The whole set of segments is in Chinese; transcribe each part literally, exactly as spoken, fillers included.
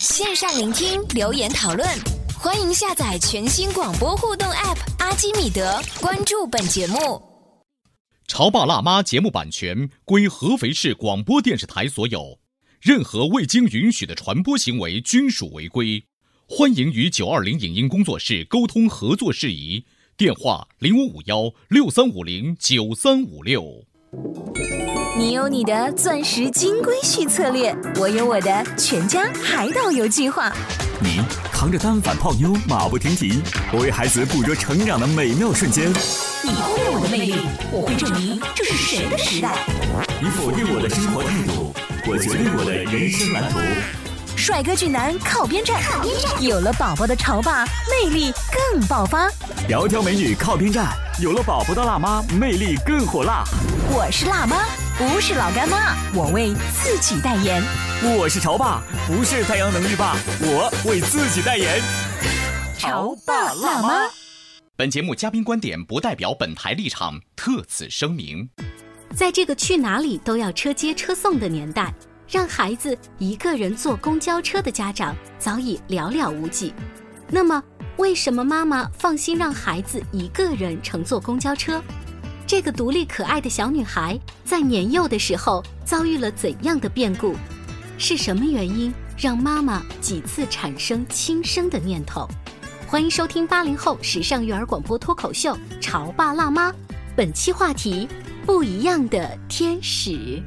线上聆听，留言讨论，欢迎下载全新广播互动 App 阿基米德，关注本节目。 潮爸辣妈节目版权归合肥市广播电视台所有，任何未经允许的传播行为均属违规。欢迎与九二零影音工作室沟通合作事宜，电话零五五幺六三五零九三五六。 你有你的钻石金龟婿策略，我有我的全家海岛游计划。 你扛着单反泡妞马不停蹄，我为孩子捕捉成长的美妙瞬间。 你忽略我的魅力，我会证明这是谁的时代。 你否定我的生活态度，我决定我的人生蓝图。 帅哥俊男靠边站，靠边站，有了宝宝的潮爸魅力更爆发。 窈窕美女靠边站，有了宝宝的辣妈魅力更火辣。 我是辣妈，不是老干妈，我为自己代言。 我是潮爸，不是太阳能浴霸，我为自己代言。 潮爸辣妈。 本节目嘉宾观点不代表本台立场，特此声明。 在这个去哪里都要车接车送的年代，让孩子一个人坐公交车的家长早已寥寥无几。那么，为什么妈妈放心让孩子一个人乘坐公交车？这个独立可爱的小女孩在年幼的时候遭遇了怎样的变故？是什么原因让妈妈几次产生轻生的念头？欢迎收听八零后时尚育儿广播脱口秀《潮爸辣妈》，本期话题：不一样的天使。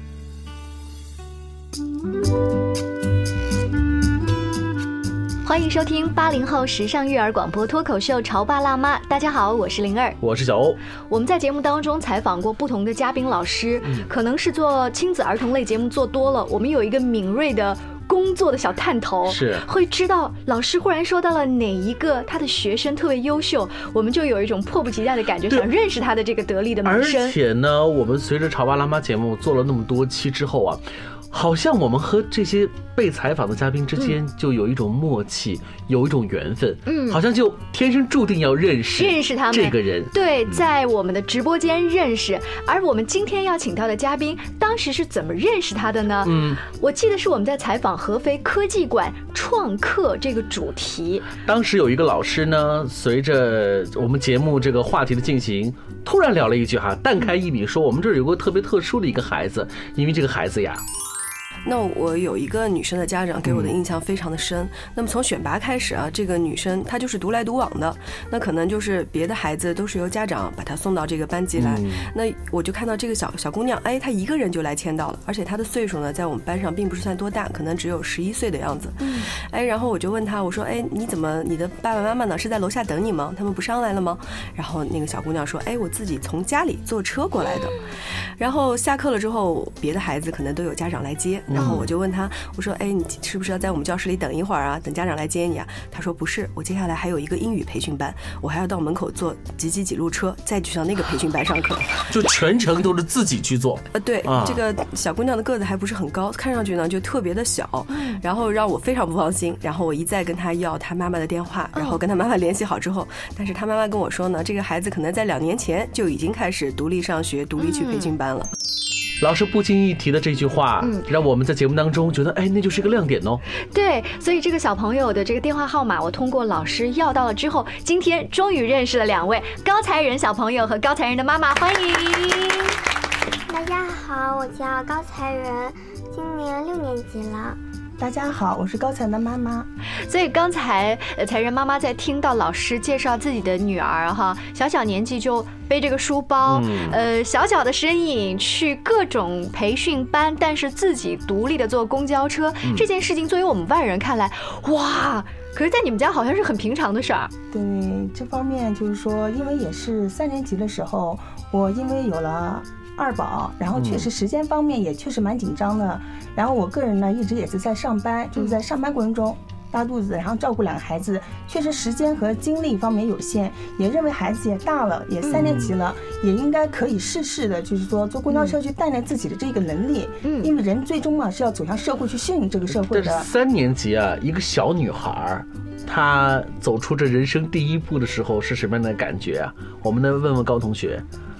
欢迎收听八零后时尚育儿广播脱口秀《潮爸辣妈》。大家好，我是灵儿， 我是小欧。 我们在节目当中采访过不同的嘉宾老师，嗯、可能是做亲子儿童类节目做多了，我们有一个敏锐的工作的小探头， 是会知道老师忽然说到了哪一个他的学生特别优秀，我们就有一种迫不及待的感觉，想认识他的这个得力的门生。 而且呢，我们随着潮爸辣妈节目做了那么多期之后啊，好像我们和这些被采访的嘉宾之间就有一种默契，嗯、有一种缘分，嗯，好像就天生注定要认识认识他们这个人。 对，在我们的直播间认识。而我们今天要请到的嘉宾，当时是怎么认识他的呢？嗯，我记得是我们在采访合肥科技馆创客这个主题。 当时有一个老师呢，随着我们节目这个话题的进行，突然聊了一句哈，淡开一笔说，我们这儿有个特别特殊的一个孩子，因为这个孩子呀。 那我有一个女生的家长给我的印象非常的深，那么从选拔开始啊，这个女生她就是独来独往的，那可能就是别的孩子都是由家长把她送到这个班级来，那我就看到这个小小姑娘，哎，她一个人就来签到了，而且她的岁数呢在我们班上并不是算多大，可能只有十一岁的样子，哎，然后我就问她，我说，哎，你怎么你的爸爸妈妈呢是在楼下等你吗？他们不上来了吗？然后那个小姑娘说，哎，我自己从家里坐车过来的。然后下课了之后，别的孩子可能都有家长来接。然后我就问他，我说，哎，你是不是要在我们教室里等一会儿啊？等家长来接你啊？他说不是，我接下来还有一个英语培训班，我还要到门口坐几几几路车，再去上那个培训班上课。 就全程都是自己去做。 呃，对，啊、这个小姑娘的个子还不是很高，看上去呢就特别的小，然后让我非常不放心。然后我一再跟她要她妈妈的电话，然后跟她妈妈联系好之后，但是她妈妈跟我说呢，这个孩子可能在两年前就已经开始独立上学，独立去培训班了。 老师不经意提的这句话，嗯，让我们在节目当中觉得，哎，那就是一个亮点哦。 对，所以这个小朋友的这个电话号码，我通过老师要到了之后，今天终于认识了两位高才仁小朋友和高才仁的妈妈，欢迎。 大家好，我叫高才仁，今年六年级了。 大家好，我是高才仁的妈妈。 所以刚才呃才仁妈妈在听到老师介绍自己的女儿哈，小小年纪就背这个书包，嗯、呃小小的身影去各种培训班，但是自己独立的坐公交车，嗯、这件事情作为我们外人看来，哇！可是，在你们家好像是很平常的事儿。 对，这方面就是说，因为也是三年级的时候，我因为有了二宝，然后确实时间方面也确实蛮紧张的。嗯、然后我个人呢，一直也是在上班，就是在上班过程中大肚子，然后照顾两个孩子，确实时间和精力方面有限，也认为孩子也大了，也三年级了，嗯、也应该可以试试的，就是说坐公交车去锻炼自己的这个能力。嗯，因为人最终嘛是要走向社会去适应这个社会的。 但是三年级啊，一个小女孩，她走出这人生第一步的时候是什么样的感觉啊？我们来问问高同学。 第一次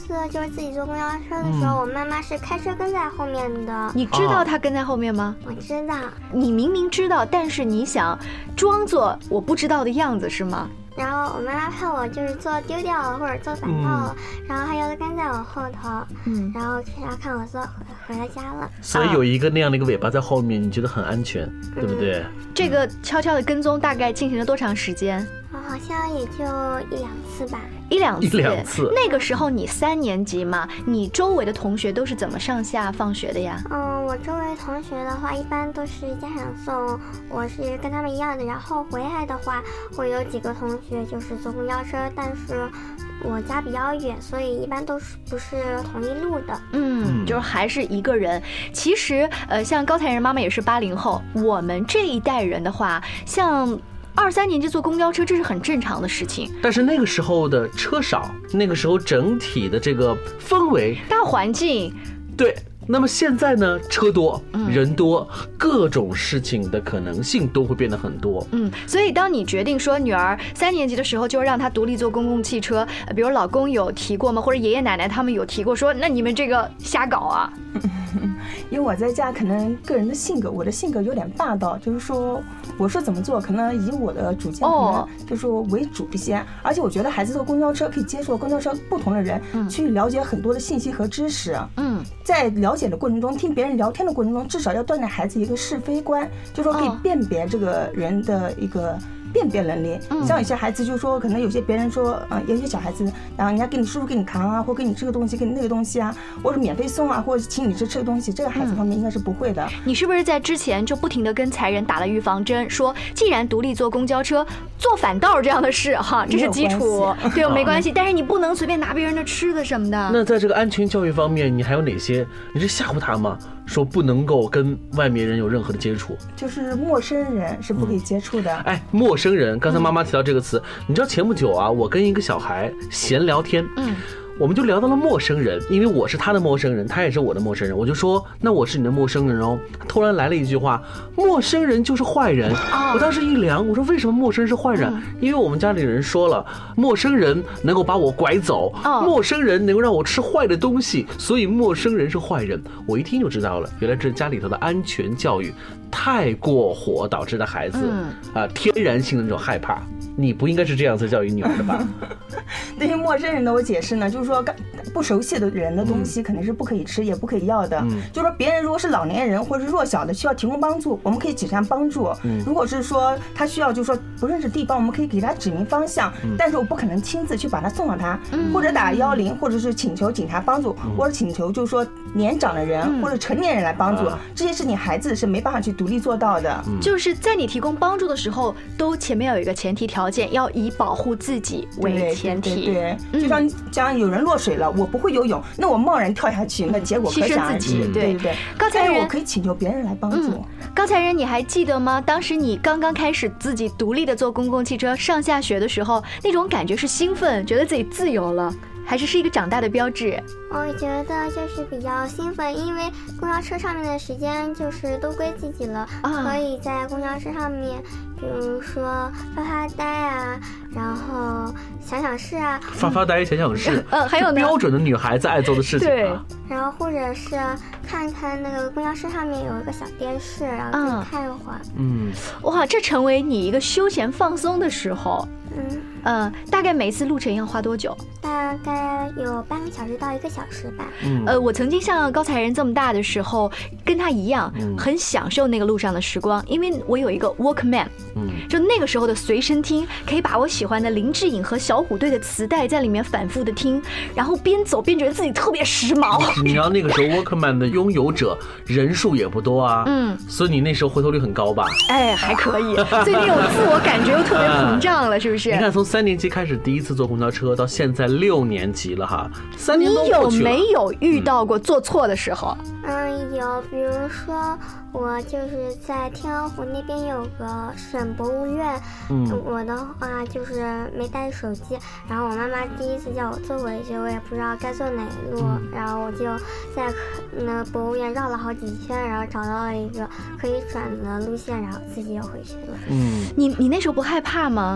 次就是自己坐公交车的时候，嗯、我妈妈是开车跟在后面的。 你知道她跟在后面吗？ 我知道。 你明明知道，但是你想装作我不知道的样子是吗？ 然后我妈妈怕我就是坐丢掉了或者坐反道了，嗯、然后她又跟在我后头，嗯，然后然后看我坐回回了家了。 所以有一个那样的一个尾巴在后面，你觉得很安全，嗯、对不对？ 这个悄悄的跟踪大概进行了多长时间？ 好像也就一两次吧。 一两次， 一两次。 那个时候你三年级嘛，你周围的同学都是怎么上下放学的呀？ 嗯，我周围同学的话，一般都是家长送，我是跟他们一样的。然后回来的话，会有几个同学就是坐公交车，但是我家比较远，所以一般都是不是同一路的。 嗯，就是还是一个人。其实，呃，像高才人妈妈也是八零后，我们这一代人的话，像二三年级坐公交车，这是很正常的事情。 但是那个时候的车少，那个时候整体的这个氛围、 大环境， 对。那么现在呢，车多人多，各种事情的可能性都会变得很多。 嗯，所以当你决定说女儿三年级的时候就让她独立坐公共汽车，比如老公有提过吗？或者爷爷奶奶他们有提过说，那你们这个瞎搞啊？ 因为我在家可能个人的性格，我的性格有点霸道，就是说我说怎么做，可能以我的主见可能就是说为主一些。而且我觉得孩子坐公交车可以接触公交车不同的人，嗯、去了解很多的信息和知识。嗯，在了解的过程中，听别人聊天的过程中，至少要锻炼孩子一个是非观，就是说可以辨别这个人的一个辨别能力。嗯、像有些孩子就说，可能有些别人说，啊、呃，有些小孩子，然后人家给你叔叔给你扛啊，或给你这个东西，给你那个东西啊，或者免费送啊，或者请你吃吃个东西，这个孩子方面应该是不会的。 你是不是在之前就不停地跟才人打了预防针，说既然独立坐公交车，坐反道这样的事哈，这是基础，对，没关系。但是你不能随便拿别人的吃的什么的。 那在这个安全教育方面，你还有哪些？你是吓唬他吗？说不能够跟外面人有任何的接触， 就是陌生人是不可以接触的。 嗯、哎，陌生人，刚才妈妈提到这个词，嗯、你知道前不久啊，我跟一个小孩闲聊天，嗯。我们就聊到了陌生人，因为我是他的陌生人，他也是我的陌生人。我就说，那我是你的陌生人哦。他突然来了一句话，陌生人就是坏人。我当时一凉，我说为什么陌生人是坏人？因为我们家里人说了，陌生人能够把我拐走，陌生人能够让我吃坏的东西，所以陌生人是坏人。我一听就知道了，原来这是家里头的安全教育太过火导致的孩子啊天然性的那种害怕。你不应该是这样子教育女儿的吧？ 对于陌生人的我解释呢，就是说不熟悉的人的东西肯定是不可以吃，嗯、也不可以要的。嗯、就是说别人如果是老年人或者是弱小的需要提供帮助，我们可以给他帮助。嗯、如果是说他需要，就是说不认识地方，我们可以给他指明方向，嗯、但是我不可能亲自去把他送到他，嗯、或者打幺零，或者是请求警察帮助，嗯、或者请求就是说年长的人、嗯、或者成年人来帮助，嗯、这些事情孩子是没办法去独立做到的。 嗯、就是在你提供帮助的时候，都前面有一个前提条件，要以保护自己为前提。 对对对对，就像讲有人落水了，我不会游泳，那我贸然跳下去，那结果可想而知。 对对对， 高才人我可以请求别人来帮助。 高才人，你还记得吗？当时你刚刚开始自己独立的坐公共汽车上下学的时候，那种感觉是兴奋，觉得自己自由了，还是是一个长大的标志？ 我觉得就是比较兴奋，因为公交车上面的时间就是都归自己了，啊、可以在公交车上面，比如说发发呆啊，然后想想事啊， 发发呆想想事， 嗯，还有标准的女孩子爱做的事情、啊。 对， 然后或者是看看那个公交车上面有一个小电视，然后自己看一会儿。嗯， 哇，这成为你一个休闲放松的时候。嗯呃，大概每次路程要花多久？ 大概有半个小时到一个小时吧。 嗯，呃，我曾经像高才人这么大的时候，跟他一样，嗯、很享受那个路上的时光，因为我有一个 Walkman， 嗯，就那个时候的随身听，可以把我喜欢的林志颖和小虎队的磁带在里面反复的听，然后边走边觉得自己特别时髦。 你知道那个时候 Walkman 的拥有者人数也不多啊，嗯，所以你那时候回头率很高吧？ 哎，还可以，所以那种自我感觉又特别膨胀了，是不是？ 你看，从三年级开始第一次坐公交车，到现在六年级了哈，三年都过去了。 你有没有遇到过坐错的时候？ 嗯，有，比如说我就是在天鹅湖那边有个省博物院，嗯，我的话就是没带手机，然后我妈妈第一次叫我坐回去，我也不知道该坐哪一路，嗯、然后我就在那博物院绕了好几圈，然后找到了一个可以转的路线，然后自己又回去了。 嗯，你你那时候不害怕吗？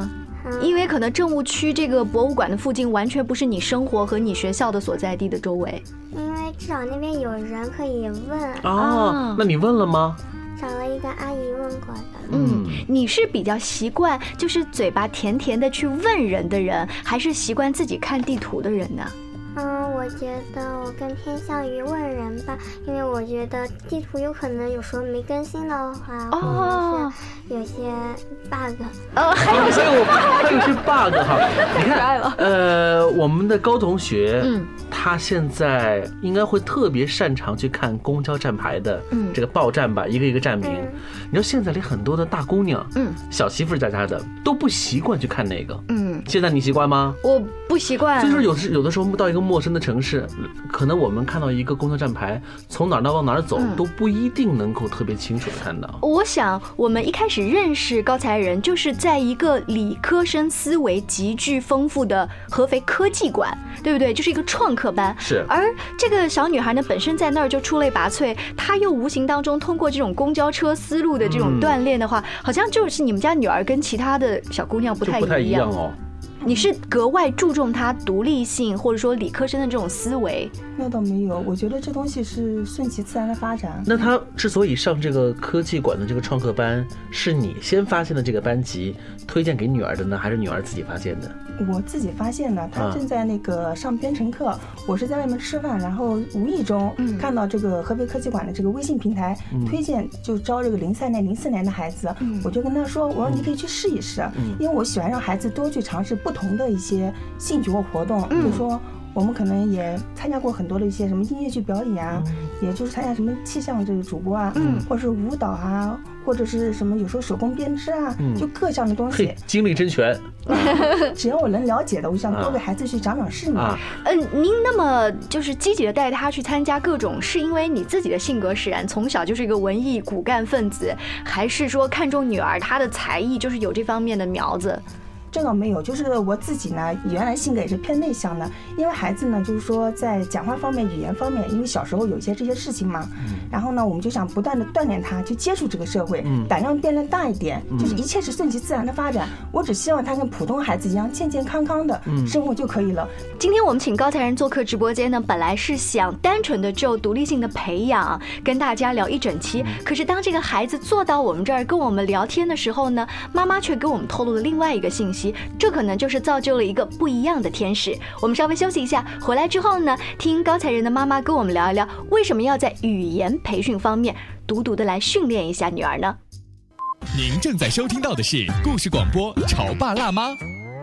因为可能政务区这个博物馆的附近完全不是你生活和你学校的所在地的周围。 因为至少那边有人可以问。 哦，那你问了吗？ 找了一个阿姨问过的。 嗯，你是比较习惯就是嘴巴甜甜的去问人的人，还是习惯自己看地图的人呢？ 嗯，我觉得我更偏向于问人吧，因为我觉得地图有可能有时候没更新的话， 哦， 或者是有些 bug。 呃，还有些 bug， 还有些 bug 哈。你看，呃，我们的高同学，嗯，他现在应该会特别擅长去看公交站牌的这个报站吧，一个一个站名。嗯、你知道现在里很多的大姑娘，嗯，小媳妇家家的都不习惯去看那个，嗯，现在你习惯吗？ 我不习惯。 所以说有时有的时候到一个陌生的城市，可能我们看到一个公交站牌，从哪儿到往哪儿走、嗯、都不一定能够特别清楚的看到。 我想我们一开始认识高才人，就是在一个理科生思维极具丰富的合肥科技馆，对不对？就是一个创客班。 是。 而这个小女孩呢，本身在那儿就出类拔萃，她又无形当中通过这种公交车思路的这种锻炼的话，嗯、好像就是你们家女儿跟其他的小姑娘不太一样。 不太一样哦。 你是格外注重他独立性，或者说理科生的这种思维？ 那倒没有，我觉得这东西是顺其自然的发展。 那他之所以上这个科技馆的这个创客班，是你先发现的这个班级，推荐给女儿的呢，还是女儿自己发现的？ 我自己发现的，他正在那个上编程课，啊、我是在外面吃饭，然后无意中看到这个合肥科技馆的这个微信平台、嗯、推荐就招这个零三年、零四年的孩子，嗯、我就跟他说，我说你可以去试一试，嗯、因为我喜欢让孩子多去尝试不同的一些兴趣或活动，嗯、就说。我们可能也参加过很多的一些什么音乐剧表演啊，嗯、也就是参加什么气象这个主播啊，嗯、或者是舞蹈啊，或者是什么有时候手工编织啊，嗯、就各项的东西， 精力真全。 只要我能了解的，我想多给孩子去长长视野。 啊、嗯，您那么就是积极的带他去参加各种，是因为你自己的性格使然，从小就是一个文艺骨干分子，还是说看中女儿她的才艺，就是有这方面的苗子？ 这倒没有，就是我自己呢，原来性格也是偏内向的，因为孩子呢，就是说在讲话方面、语言方面，因为小时候有一些这些事情嘛，嗯、然后呢，我们就想不断的锻炼他，去接触这个社会，嗯、胆量变得大一点，嗯、就是一切是顺其自然的发展。我只希望他跟普通孩子一样健健康康的生活就可以了。嗯、 今天我们请高才人做客直播间呢，本来是想单纯的就独立性的培养跟大家聊一整期，嗯、可是当这个孩子坐到我们这儿跟我们聊天的时候呢，妈妈却给我们透露了另外一个信息。这可能就是造就了一个不一样的天使。我们稍微休息一下，回来之后呢，听高才人的妈妈跟我们聊一聊，为什么要在语言培训方面独独的来训练一下女儿呢？ 您正在收听到的是故事广播《潮爸辣妈》。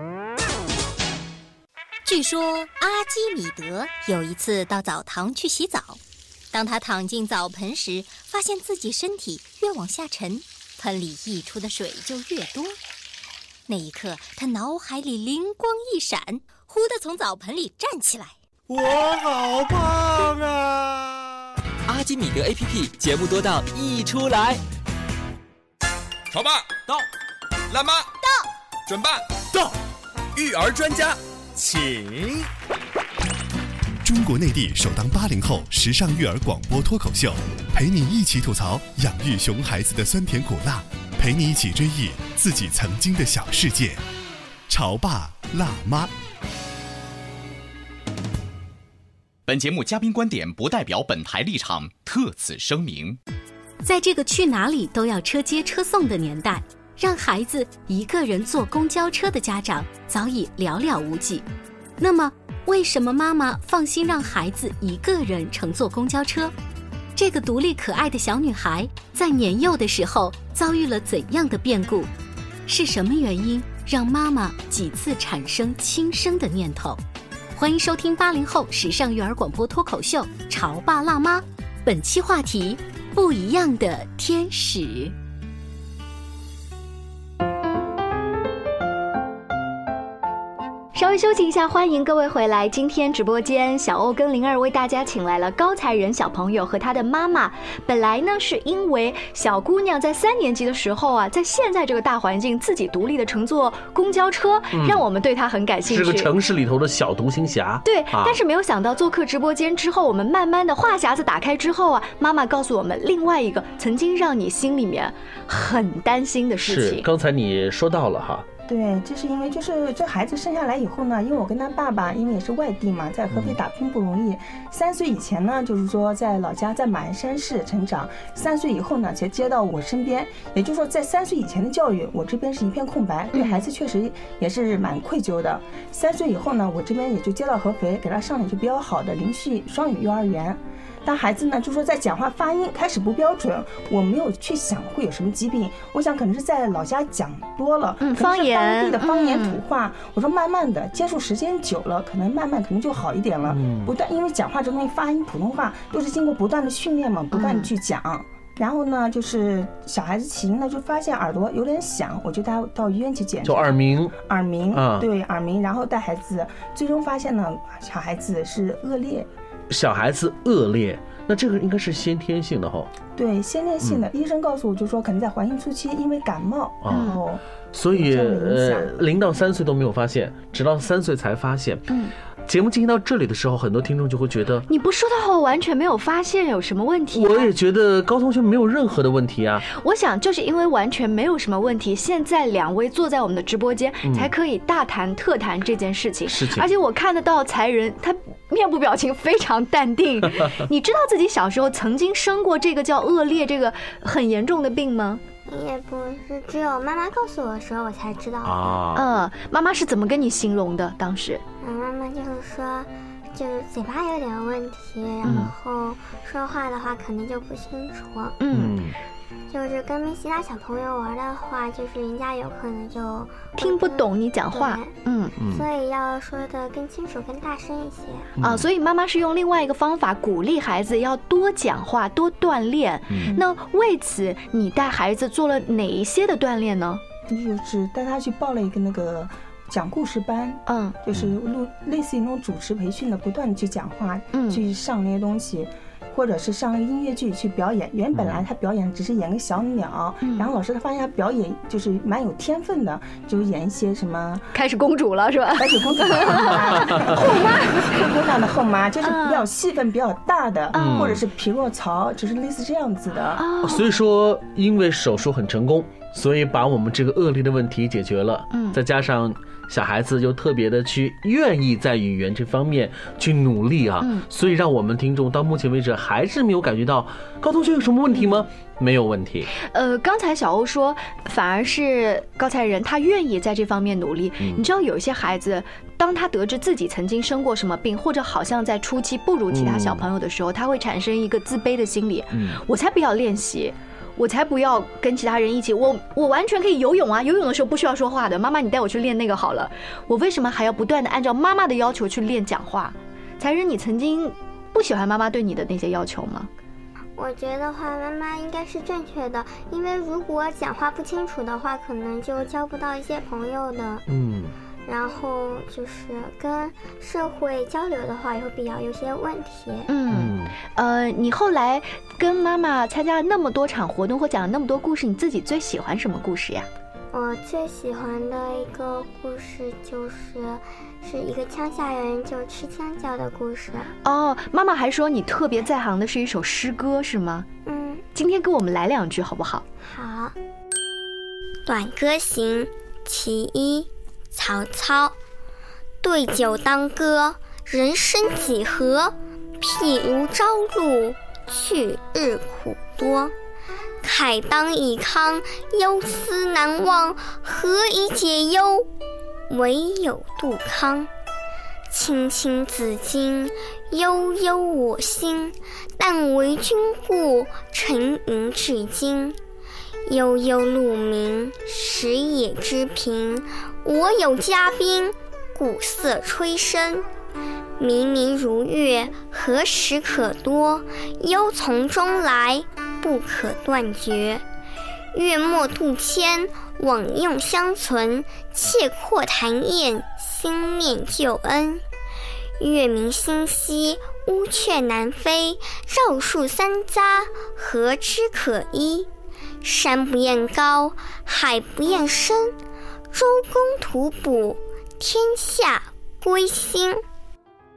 据说阿基米德有一次到澡堂去洗澡，当他躺进澡盆时，发现自己身体越往下沉，盆里溢出的水就越多。那一刻，他脑海里灵光一闪，忽地从澡盆里站起来。 我好胖啊！ 阿基米德 A P P 节目多到溢出来。 潮爸到，辣妈到， 准爸到，育儿专家请。 中国内地首档八零后时尚育儿广播脱口秀，陪你一起吐槽养育熊孩子的酸甜苦辣，陪你一起追忆自己曾经的小世界。潮爸辣妈。 本节目嘉宾观点不代表本台立场，特此声明。 在这个去哪里都要车接车送的年代，让孩子一个人坐公交车的家长早已寥寥无几。那么为什么妈妈放心让孩子一个人乘坐公交车？这个独立可爱的小女孩在年幼的时候遭遇了怎样的变故？是什么原因让妈妈几次产生轻生的念头？欢迎收听八零后时尚育儿广播脱口秀《潮爸辣妈》，本期话题：不一样的天使。 稍微休息一下，欢迎各位回来。今天直播间小欧跟灵儿为大家请来了高才人小朋友和他的妈妈。本来呢是因为小姑娘在三年级的时候啊，在现在这个大环境自己独立的乘坐公交车，嗯、让我们对她很感兴趣。 是个城市里头的小独行侠。 对，啊、但是没有想到做客直播间之后，我们慢慢的话匣子打开之后啊，妈妈告诉我们另外一个曾经让你心里面很担心的事情。 是，刚才你说到了哈。 对，这是因为就是这孩子生下来以后呢，因为我跟他爸爸因为也是外地嘛，在合肥打拼不容易。三岁以前呢，就是说在老家在马鞍山市成长，三岁以后呢才接到我身边。也就是说，在三岁以前的教育，我这边是一片空白，对孩子确实也是蛮愧疚的。三岁以后呢，我这边也就接到合肥，给他上了一个比较好的林旭双语幼儿园。当孩子呢，就说在讲话发音开始不标准，我没有去想会有什么疾病，我想可能是在老家讲多了， 嗯，方言， 当地的方言土话。嗯、我说慢慢的接触时间久了，可能慢慢可能就好一点了。嗯、不断因为讲话这东西发音普通话都是经过不断的训练嘛，不断的去讲。嗯、然后呢，就是小孩子起因呢，就发现耳朵有点响，我就带到医院去检查， 就耳鸣， 耳鸣，啊、对，耳鸣，然后带孩子，最终发现呢，小孩子是恶劣。 小孩子恶劣，那这个应该是先天性的哈。 对，先天性的，嗯、医生告诉我就说，可能在怀孕初期因为感冒，然后、 哦、所以呃，零到三岁都没有发现，直到三岁才发现。嗯。节目进行到这里的时候，很多听众就会觉得， 你不说的话，我完全没有发现有什么问题、啊。 我也觉得高同学没有任何的问题啊。 我想就是因为完全没有什么问题，现在两位坐在我们的直播间，嗯、才可以大谈特谈这件事情。 事情， 而且我看得到才人，他面部表情非常淡定。你知道自己小时候曾经生过这个叫恶劣这个很严重的病吗？ 也不是，只有妈妈告诉我的时候我才知道。 啊，嗯，妈妈是怎么跟你形容的？当时， 嗯，妈妈就是说，就是嘴巴有点问题，然后说话的话可能就不清楚。嗯。就是跟其他小朋友玩的话，就是人家有可能就听不懂你讲话， 嗯，所以要说的更清楚、更大声一些、 嗯、啊。所以妈妈是用另外一个方法鼓励孩子要多讲话、多锻炼。嗯、那为此，你带孩子做了哪一些的锻炼呢？ 就是带他去报了一个那个讲故事班，嗯，就是录类似于那种主持培训的，不断的去讲话，嗯，去上那些东西。或者是上了音乐剧去表演，原本来他表演只是演个小鸟，嗯、然后老师他发现他表演就是蛮有天分的，就演一些什么开始公主了是吧？ 开始公主的后妈，后妈，姑娘的后妈，就是比较戏份比较大的，嗯、或者是匹诺曹，就是类似这样子的。 哦、所以说，因为手术很成功，所以把我们这个恶劣的问题解决了，嗯，再加上小孩子又特别的去愿意在语言这方面去努力啊，嗯、所以让我们听众到目前为止还是没有感觉到高同学有什么问题吗？没有问题。 呃，刚才小欧说，反而是高才人他愿意在这方面努力。嗯、你知道有一些孩子，当他得知自己曾经生过什么病，或者好像在初期不如其他小朋友的时候，嗯、他会产生一个自卑的心理。嗯，我才不要练习。我才不要跟其他人一起，我我完全可以游泳啊！游泳的时候不需要说话的，妈妈你带我去练那个好了。我为什么还要不断的按照妈妈的要求去练讲话？才人，你曾经不喜欢妈妈对你的那些要求吗？ 我觉得话，妈妈应该是正确的，因为如果讲话不清楚的话，可能就交不到一些朋友的。嗯。然后就是跟社会交流的话，也会比较有些问题。 嗯，呃，你后来跟妈妈参加了那么多场活动，或讲了那么多故事，你自己最喜欢什么故事呀？ 我最喜欢的一个故事就是是一个乡下人就吃香蕉的故事。 哦，妈妈还说你特别在行的是一首诗歌，是吗？嗯，今天给我们来两句好不好？ 好。短歌行，其一。曹操，对酒当歌，人生几何？譬如朝露，去日苦多。慨当以慷，忧思难忘，何以解忧？唯有杜康。青青子衿，悠悠我心。但为君故，沉吟至今。悠悠鹿鸣，食野之苹。我有嘉宾，鼓瑟吹笙。明明如月，何时可多？忧从中来，不可断绝。月末度迁，往用相存。切阔谈宴，心念旧恩。月明星稀，乌鹊南飞。绕树三匝，何枝可依？山不厌高，海不厌深。周公吐哺，天下归心。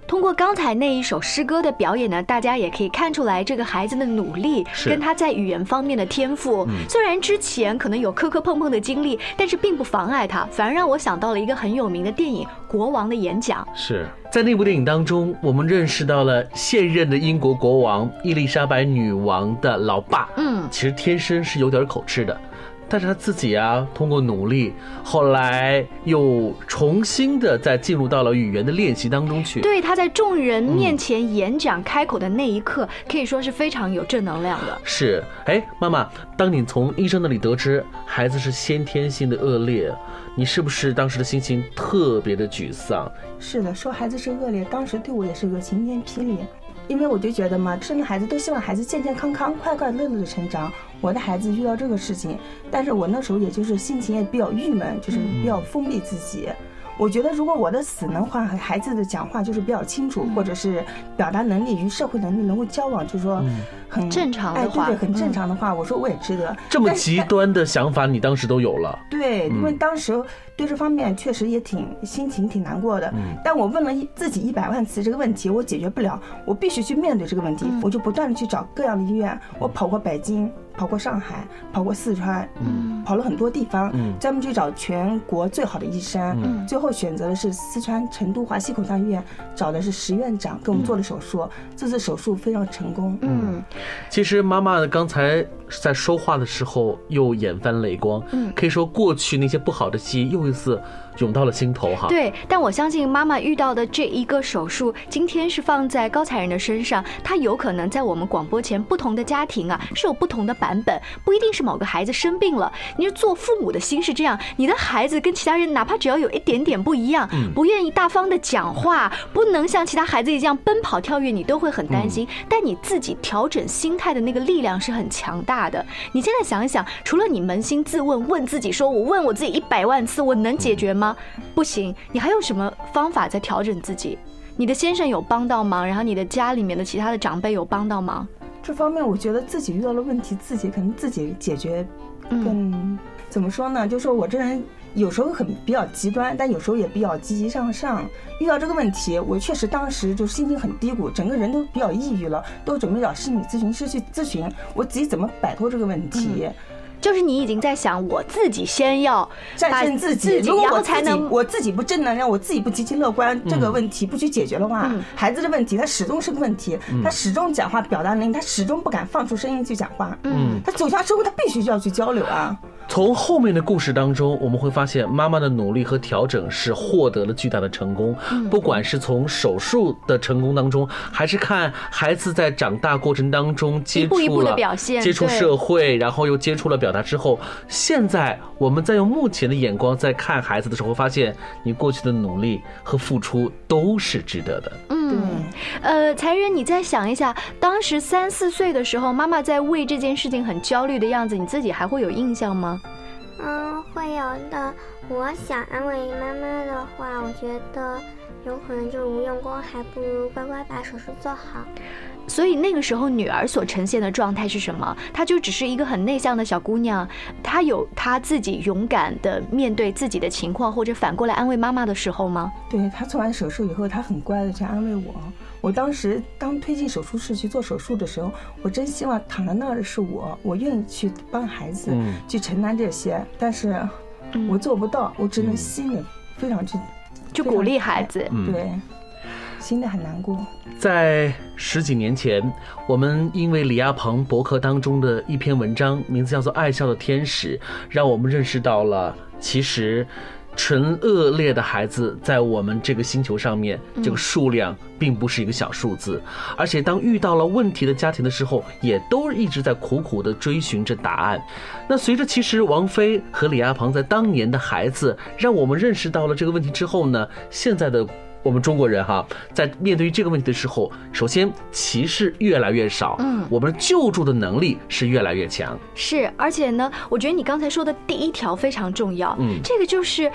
通过刚才那一首诗歌的表演呢，大家也可以看出来这个孩子的努力跟他在语言方面的天赋。嗯、虽然之前可能有磕磕碰碰的经历，但是并不妨碍他，反而让我想到了一个很有名的电影《国王的演讲》。 是在那部电影当中，我们认识到了现任的英国国王伊丽莎白女王的老爸，嗯，其实天生是有点口吃的。但是他自己啊，通过努力，后来又重新的再进入到了语言的练习当中去。 对，他在众人面前演讲开口的那一刻，嗯、可以说是非常有正能量的。 是，哎，妈妈，当你从医生那里得知孩子是先天性的恶劣，你是不是当时的心情特别的沮丧？ 是的，说孩子是恶劣，当时对我也是个晴天霹雳。因为我就觉得嘛，生的孩子都希望孩子健健康康、快快乐乐的成长。我的孩子遇到这个事情，但是我那时候也就是心情也比较郁闷，就是比较封闭自己。我觉得如果我的死能话，孩子的讲话就是比较清楚，或者是表达能力与社会能力能够交往，就是说很正常的话， 哎，对对，很正常的话，我说我也值得。 这么极端的想法，你当时都有了？ 对，因为当时对这方面确实也挺心情挺难过的。嗯，但我问了自己一百万次这个问题，我解决不了，我必须去面对这个问题，我就不断的去找各样的医院，我跑过北京。跑过上海，跑过四川，嗯，跑了很多地方，嗯，专门去找全国最好的医生，嗯，最后选择的是四川成都华西口腔医院，找的是石院长给我们做了手术，嗯、这次手术非常成功。 嗯，其实妈妈刚才在说话的时候又眼泛泪光，嗯，可以说过去那些不好的记忆又一次涌到了心头哈。 对，但我相信妈妈遇到的这一个手术，今天是放在高才人的身上，她有可能在我们广播前不同的家庭啊是有不同的版本，不一定是某个孩子生病了，你是做父母的心是这样，你的孩子跟其他人哪怕只要有一点点不一样，嗯、不愿意大方的讲话，不能像其他孩子一样奔跑跳跃，你都会很担心。嗯、但你自己调整心态的那个力量是很强大的。你现在想一想，除了你扪心自问，问自己说，我问我自己一百万次，我能解决吗？不行，你还有什么方法在调整自己？你的先生有帮到忙，然后你的家里面的其他的长辈有帮到忙？ 这方面我觉得自己遇到了问题，自己可能自己解决更、嗯、怎么说呢？就说我这人有时候很比较极端，但有时候也比较积极向上。遇到这个问题，我确实当时就心情很低谷，整个人都比较抑郁了，都准备找心理咨询师去咨询我自己怎么摆脱这个问题。嗯， 就是你已经在想，我自己先要战胜自己，如果我才能我自己不正能量，我自己不积极乐观，这个问题不去解决的话，嗯、孩子的问题他始终是个问题，嗯、他始终讲话表达能力，他始终不敢放出声音去讲话，嗯，他走向社会，他必须就要去交流啊。 从后面的故事当中，我们会发现妈妈的努力和调整是获得了巨大的成功。嗯、不管是从手术的成功当中，还是看孩子在长大过程当中接触了一步一步的表现， 接触社会，然后又接触了表达之后，现在我们在用目前的眼光在看孩子的时候，发现你过去的努力和付出都是值得的。 嗯，呃，才人，你再想一下，当时三四岁的时候，妈妈在为这件事情很焦虑的样子，你自己还会有印象吗？ 嗯，会有的。我想安慰妈妈的话，我觉得有可能就是无用功，还不如乖乖把手术做好。 所以那个时候女儿所呈现的状态是什么？她就只是一个很内向的小姑娘，她有她自己勇敢的面对自己的情况，或者反过来安慰妈妈的时候吗？ 对，她做完手术以后，她很乖的去安慰我。我当时刚推进手术室去做手术的时候，我真希望躺在那儿的是我，我愿意去帮孩子、嗯、去承担这些，但是我做不到，我只能心里非常去就鼓励孩子， 对，心里很难过。 在十几年前，我们因为李亚鹏博客当中的一篇文章，名字叫做《爱笑的天使》，让我们认识到了其实纯恶劣的孩子在我们这个星球上面，这个数量并不是一个小数字，而且当遇到了问题的家庭的时候，也都一直在苦苦的追寻着答案。那随着其实王菲和李亚鹏在当年的孩子让我们认识到了这个问题之后呢，现在的我们中国人哈，在面对于这个问题的时候，首先歧视越来越少，嗯，我们救助的能力是越来越强。 是，而且呢，我觉得你刚才说的第一条非常重要，嗯，这个就是当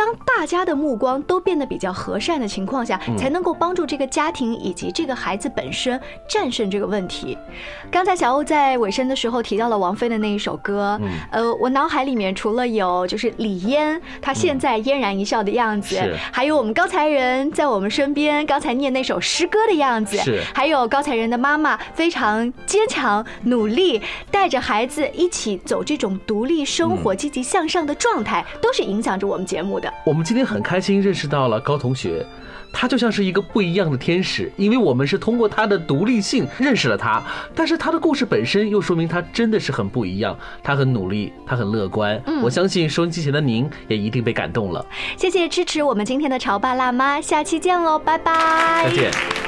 当大家的目光都变得比较和善的情况下， 嗯、 才能够帮助这个家庭以及这个孩子本身战胜这个问题。刚才小欧在尾声的时候提到了王菲的那一首歌，嗯、呃，我脑海里面除了有就是李嫣她现在嫣然一笑的样子，嗯、还有我们高才人在我们身边刚才念那首诗歌的样子，还有高才人的妈妈非常坚强努力，带着孩子一起走这种独立生活、嗯、积极向上的状态，都是影响着我们节目的。 我们今天很开心认识到了高同学，他就像是一个不一样的天使，因为我们是通过他的独立性认识了他，但是他的故事本身又说明他真的是很不一样，他很努力，他很乐观、嗯、我相信收音机前的您也一定被感动了。 谢谢支持我们今天的潮爸辣妈，下期见喽，拜拜， 再见。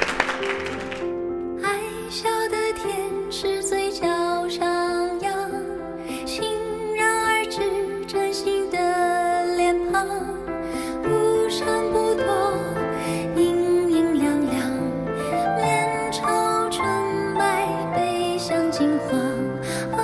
爱笑的天使嘴角上扬，欣然而至真心的脸庞，不闪不躲，阴阴亮亮，面朝纯白，背向金黄。啊，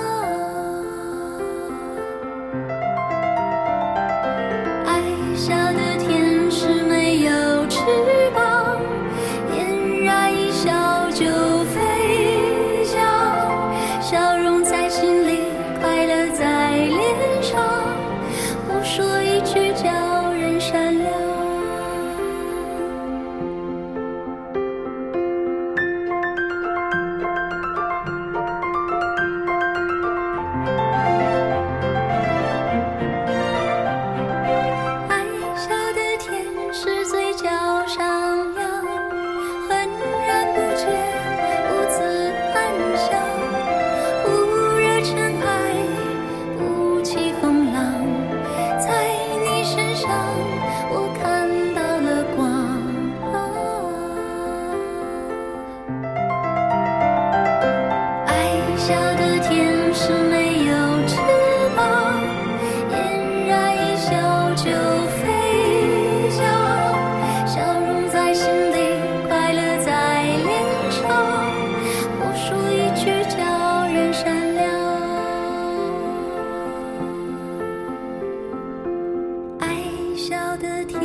爱笑的天使没有翅膀，嫣然一笑就飞翔，笑容在心里，快乐在脸上，不说一句叫人善良。爱笑的天使嘴角上扬，浑然不觉，兀自暗笑，不惹尘埃，不起风浪，在你身上我看到了光。爱笑的天使没有翅膀，嫣然一笑就飞翔，笑容在心里，快乐在脸上，不说一句叫人善良。爱笑的天